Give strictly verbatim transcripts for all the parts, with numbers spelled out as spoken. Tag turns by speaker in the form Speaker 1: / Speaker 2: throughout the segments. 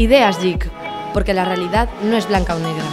Speaker 1: Ideas Geek, porque la realidad no es blanca o negra.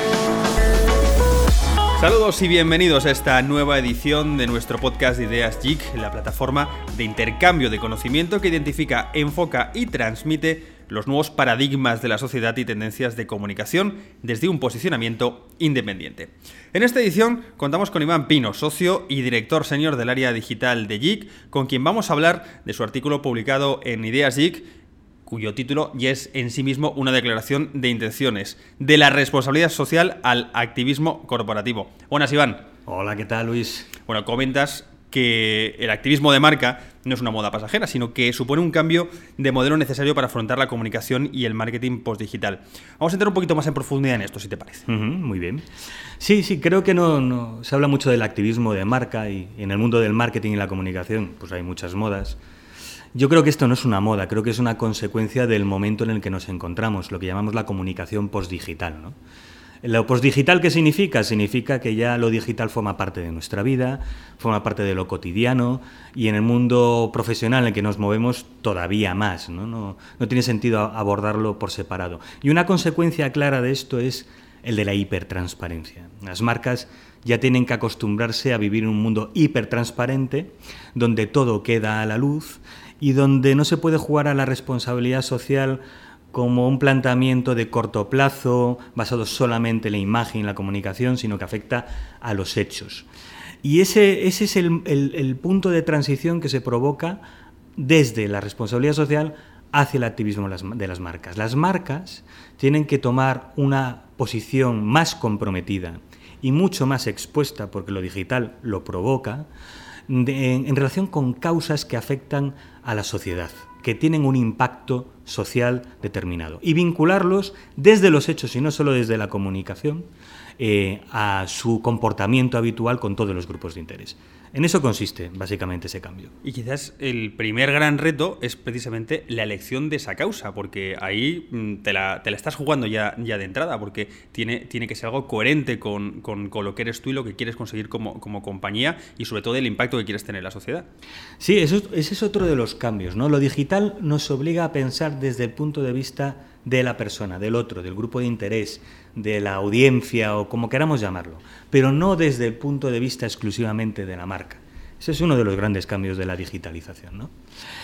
Speaker 2: Saludos y bienvenidos a esta nueva edición de nuestro podcast de Ideas Geek, la plataforma de intercambio de conocimiento que identifica, enfoca y transmite los nuevos paradigmas de la sociedad y tendencias de comunicación desde un posicionamiento independiente. En esta edición contamos con Iván Pino, socio y director senior del área digital de Geek, con quien vamos a hablar de su artículo publicado en Ideas Geek, cuyo título ya es en sí mismo una declaración de intenciones, de la responsabilidad social al activismo corporativo. Buenas, Iván.
Speaker 3: Hola, ¿qué tal, Luis?
Speaker 2: Bueno, comentas que el activismo de marca no es una moda pasajera, sino que supone un cambio de modelo necesario para afrontar la comunicación y el marketing postdigital. Vamos a entrar un poquito más en profundidad en esto, si te parece.
Speaker 3: Uh-huh, muy bien. Sí, sí, creo que no, no se habla mucho del activismo de marca y en el mundo del marketing y la comunicación pues hay muchas modas. Yo creo que esto no es una moda, creo que es una consecuencia del momento en el que nos encontramos, lo que llamamos la comunicación postdigital, ¿no? Lo postdigital, ¿qué significa? Significa que ya lo digital forma parte de nuestra vida, forma parte de lo cotidiano y en el mundo profesional en el que nos movemos todavía más, ¿no? No, no tiene sentido abordarlo por separado. Y una consecuencia clara de esto es el de la hipertransparencia. Las marcas ya tienen que acostumbrarse a vivir en un mundo hipertransparente, donde todo queda a la luz y donde no se puede jugar a la responsabilidad social como un planteamiento de corto plazo, basado solamente en la imagen y la comunicación, sino que afecta a los hechos. Y ese, ese es el, el, el punto de transición que se provoca desde la responsabilidad social hacia el activismo de las marcas. Las marcas tienen que tomar una posición más comprometida y mucho más expuesta, porque lo digital lo provoca, de, en, en relación con causas que afectan a la sociedad, que tienen un impacto social determinado, y vincularlos desde los hechos y no solo desde la comunicación eh, a su comportamiento habitual con todos los grupos de interés. En eso consiste básicamente ese cambio.
Speaker 2: Y quizás el primer gran reto es precisamente la elección de esa causa, porque ahí te la, te la estás jugando ya, ya de entrada, porque tiene, tiene que ser algo coherente con, con, con lo que eres tú y lo que quieres conseguir como, como compañía y sobre todo el impacto que quieres tener en la sociedad.
Speaker 3: Sí, eso, ese es otro de los cambios, ¿no? Lo digital nos obliga a pensar desde el punto de vista de la persona, del otro, del grupo de interés, de la audiencia o como queramos llamarlo, pero no desde el punto de vista exclusivamente de la marca. Ese es uno de los grandes cambios de la digitalización, ¿no?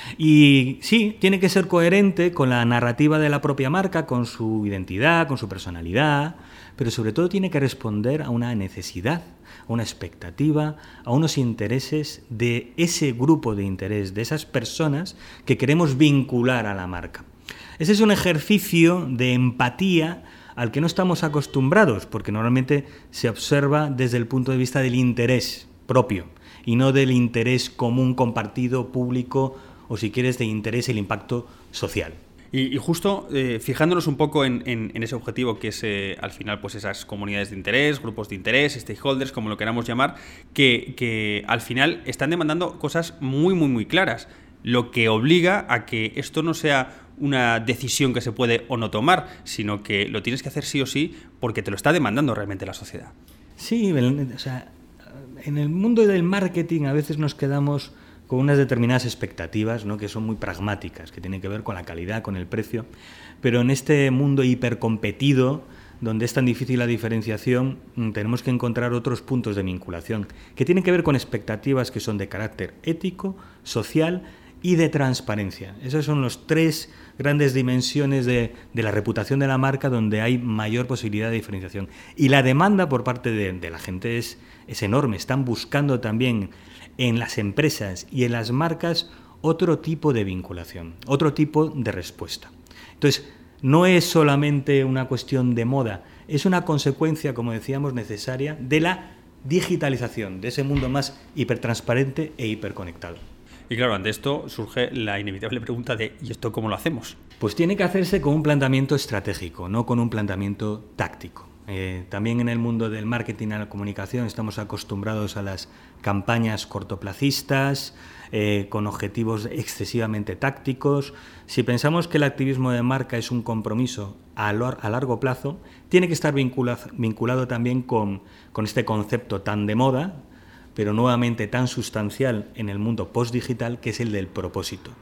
Speaker 3: Y sí, tiene que ser coherente con la narrativa de la propia marca, con su identidad, con su personalidad, pero sobre todo tiene que responder a una necesidad, a una expectativa, a unos intereses de ese grupo de interés, de esas personas que queremos vincular a la marca. Ese es un ejercicio de empatía al que no estamos acostumbrados, porque normalmente se observa desde el punto de vista del interés propio y no del interés común, compartido, público, o si quieres, de interés y el impacto social.
Speaker 2: Y, y justo eh, fijándonos un poco en, en, en ese objetivo que es eh, al final pues esas comunidades de interés, grupos de interés, stakeholders, como lo queramos llamar, que, que al final están demandando cosas muy, muy, muy claras, lo que obliga a que esto no sea una decisión que se puede o no tomar, sino que lo tienes que hacer sí o sí porque te lo está demandando realmente la sociedad.
Speaker 3: Sí, o sea, en el mundo del marketing a veces nos quedamos con unas determinadas expectativas, ¿no?, que son muy pragmáticas, que tienen que ver con la calidad, con el precio, pero en este mundo hipercompetido, donde es tan difícil la diferenciación, tenemos que encontrar otros puntos de vinculación, que tienen que ver con expectativas que son de carácter ético, social y de transparencia. Esas son las tres grandes dimensiones de, de la reputación de la marca donde hay mayor posibilidad de diferenciación. Y la demanda por parte de, de la gente es, es enorme. Están buscando también en las empresas y en las marcas otro tipo de vinculación, otro tipo de respuesta. Entonces, no es solamente una cuestión de moda, es una consecuencia, como decíamos, necesaria de la digitalización, de ese mundo más hipertransparente e hiperconectado.
Speaker 2: Y claro, ante esto surge la inevitable pregunta de ¿y esto cómo lo hacemos?
Speaker 3: Pues tiene que hacerse con un planteamiento estratégico, no con un planteamiento táctico. Eh, también en el mundo del marketing y la comunicación estamos acostumbrados a las campañas cortoplacistas, eh, con objetivos excesivamente tácticos. Si pensamos que el activismo de marca es un compromiso a, lo, a largo plazo, tiene que estar vinculado, vinculado también con, con este concepto tan de moda, pero nuevamente tan sustancial en el mundo postdigital, que es el del propósito.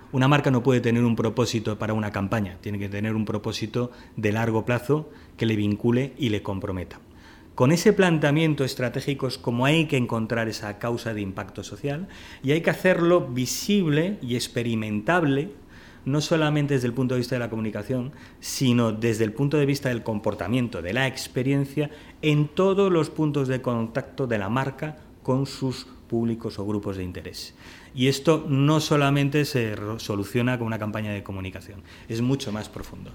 Speaker 3: Una marca no puede tener un propósito para una campaña, tiene que tener un propósito de largo plazo que le vincule y le comprometa. Con ese planteamiento estratégico es como hay que encontrar esa causa de impacto social y hay que hacerlo visible y experimentable, no solamente desde el punto de vista de la comunicación, sino desde el punto de vista del comportamiento, de la experiencia, en todos los puntos de contacto de la marca con sus públicos o grupos de interés. Y esto no solamente se soluciona con una campaña de comunicación, es mucho más profundo.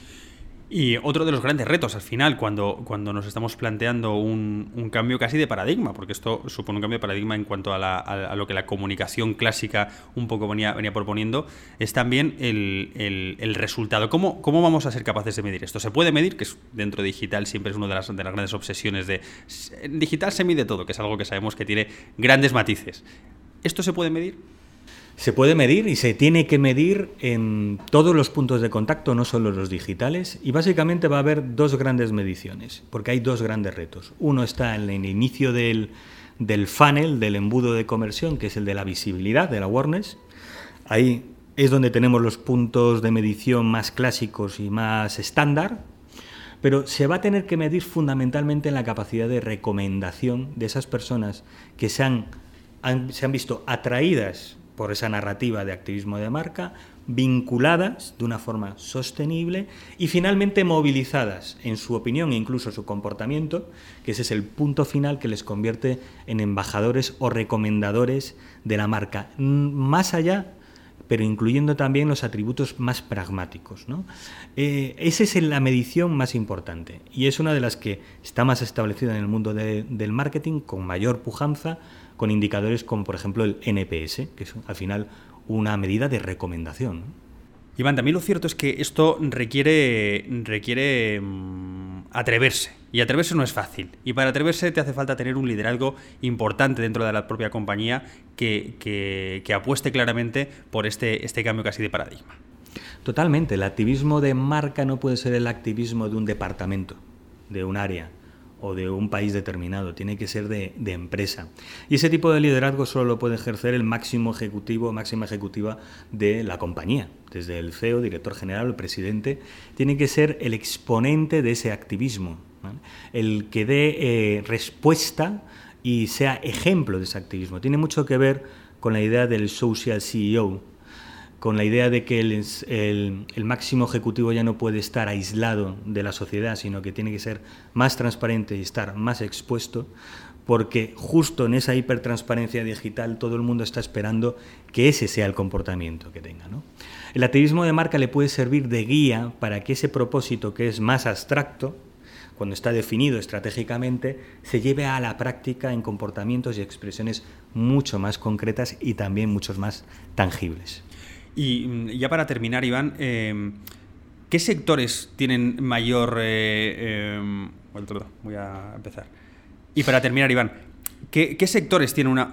Speaker 2: Y otro de los grandes retos al final, cuando, cuando nos estamos planteando un, un cambio casi de paradigma, porque esto supone un cambio de paradigma en cuanto a, la, a, a lo que la comunicación clásica un poco venía, venía proponiendo, es también el, el, el resultado. ¿Cómo, ¿Cómo vamos a ser capaces de medir esto? ¿Se puede medir? Que es, dentro de digital siempre es una de las, de las grandes obsesiones de... En digital se mide todo, que es algo que sabemos que tiene grandes matices. ¿Esto se puede medir?
Speaker 3: Se puede medir y se tiene que medir en todos los puntos de contacto, no solo los digitales, y básicamente va a haber dos grandes mediciones, porque hay dos grandes retos. Uno está en el inicio del, del funnel, del embudo de conversión, que es el de la visibilidad, de la awareness. Ahí es donde tenemos los puntos de medición más clásicos y más estándar, pero se va a tener que medir fundamentalmente en la capacidad de recomendación de esas personas que se han, han, se han visto atraídas por esa narrativa de activismo de marca, vinculadas de una forma sostenible y finalmente movilizadas en su opinión e incluso su comportamiento, que ese es el punto final que les convierte en embajadores o recomendadores de la marca, más allá, pero incluyendo también los atributos más pragmáticos, ¿no? Eh, esa es la medición más importante y es una de las que está más establecida en el mundo de, del marketing, con mayor pujanza, con indicadores como, por ejemplo, el N P S, que es al final una medida de recomendación, ¿no?
Speaker 2: Iván, también lo cierto es que esto requiere, requiere mmm, atreverse, y atreverse no es fácil. Y para atreverse te hace falta tener un liderazgo importante dentro de la propia compañía que, que, que apueste claramente por este, este cambio casi de paradigma.
Speaker 3: Totalmente. El activismo de marca no puede ser el activismo de un departamento, de un área o de un país determinado, tiene que ser de, de empresa. Y ese tipo de liderazgo solo lo puede ejercer el máximo ejecutivo, máxima ejecutiva de la compañía, desde el C E O, director general o presidente, tiene que ser el exponente de ese activismo, ¿vale? El que dé eh, respuesta y sea ejemplo de ese activismo. Tiene mucho que ver con la idea del social C E O, con la idea de que el, el, el máximo ejecutivo ya no puede estar aislado de la sociedad, sino que tiene que ser más transparente y estar más expuesto, porque justo en esa hipertransparencia digital todo el mundo está esperando que ese sea el comportamiento que tenga, ¿no? El activismo de marca le puede servir de guía para que ese propósito, que es más abstracto, cuando está definido estratégicamente, se lleve a la práctica en comportamientos y expresiones mucho más concretas y también muchos más tangibles.
Speaker 2: Y ya para terminar, Iván, eh, ¿qué sectores tienen mayor... Eh, eh, voy a empezar. Y para terminar, Iván, ¿qué, qué sectores tienen una...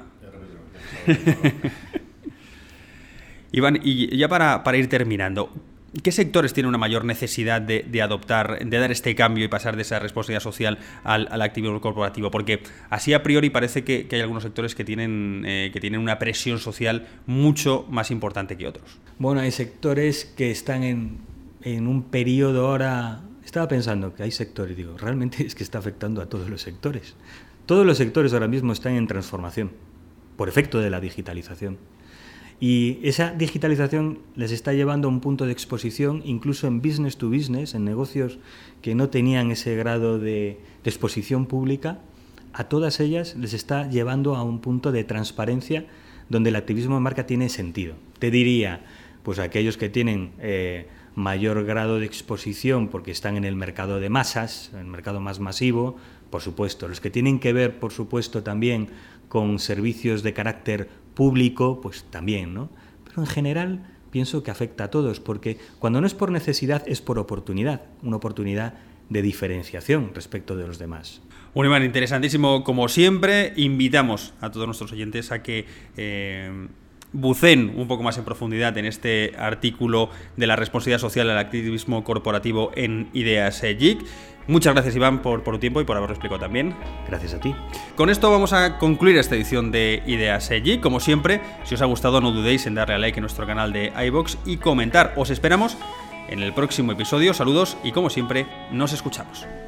Speaker 2: Iván, y ya para, para ir terminando, ¿qué sectores tienen una mayor necesidad de, de adoptar, de dar este cambio y pasar de esa responsabilidad social al, al activismo corporativo? Porque así a priori parece que, que hay algunos sectores que tienen, eh, que tienen una presión social mucho más importante que otros.
Speaker 3: Bueno, hay sectores que están en, en un periodo ahora... Estaba pensando que hay sectores, digo, realmente es que está afectando a todos los sectores. Todos los sectores ahora mismo están en transformación, por efecto de la digitalización. Y esa digitalización les está llevando a un punto de exposición, incluso en business to business, en negocios que no tenían ese grado de, de exposición pública, a todas ellas les está llevando a un punto de transparencia donde el activismo de marca tiene sentido. Te diría, pues aquellos que tienen eh, mayor grado de exposición porque están en el mercado de masas, en el mercado más masivo, por supuesto. Los que tienen que ver, por supuesto, también con servicios de carácter público, pues también, ¿no? Pero en general pienso que afecta a todos, porque cuando no es por necesidad es por oportunidad, una oportunidad de diferenciación respecto de los demás.
Speaker 2: Bueno, Iván, interesantísimo como siempre. Invitamos a todos nuestros oyentes a que eh, buceen un poco más en profundidad en este artículo de la responsabilidad social al activismo corporativo en Ideas Geek. Muchas gracias, Iván, por, por tu tiempo y por haberlo explicado también.
Speaker 3: Gracias a ti.
Speaker 2: Con esto vamos a concluir esta edición de Ideas Geek. Como siempre, si os ha gustado, no dudéis en darle a like en nuestro canal de iVoox y comentar. Os esperamos en el próximo episodio. Saludos y, como siempre, nos escuchamos.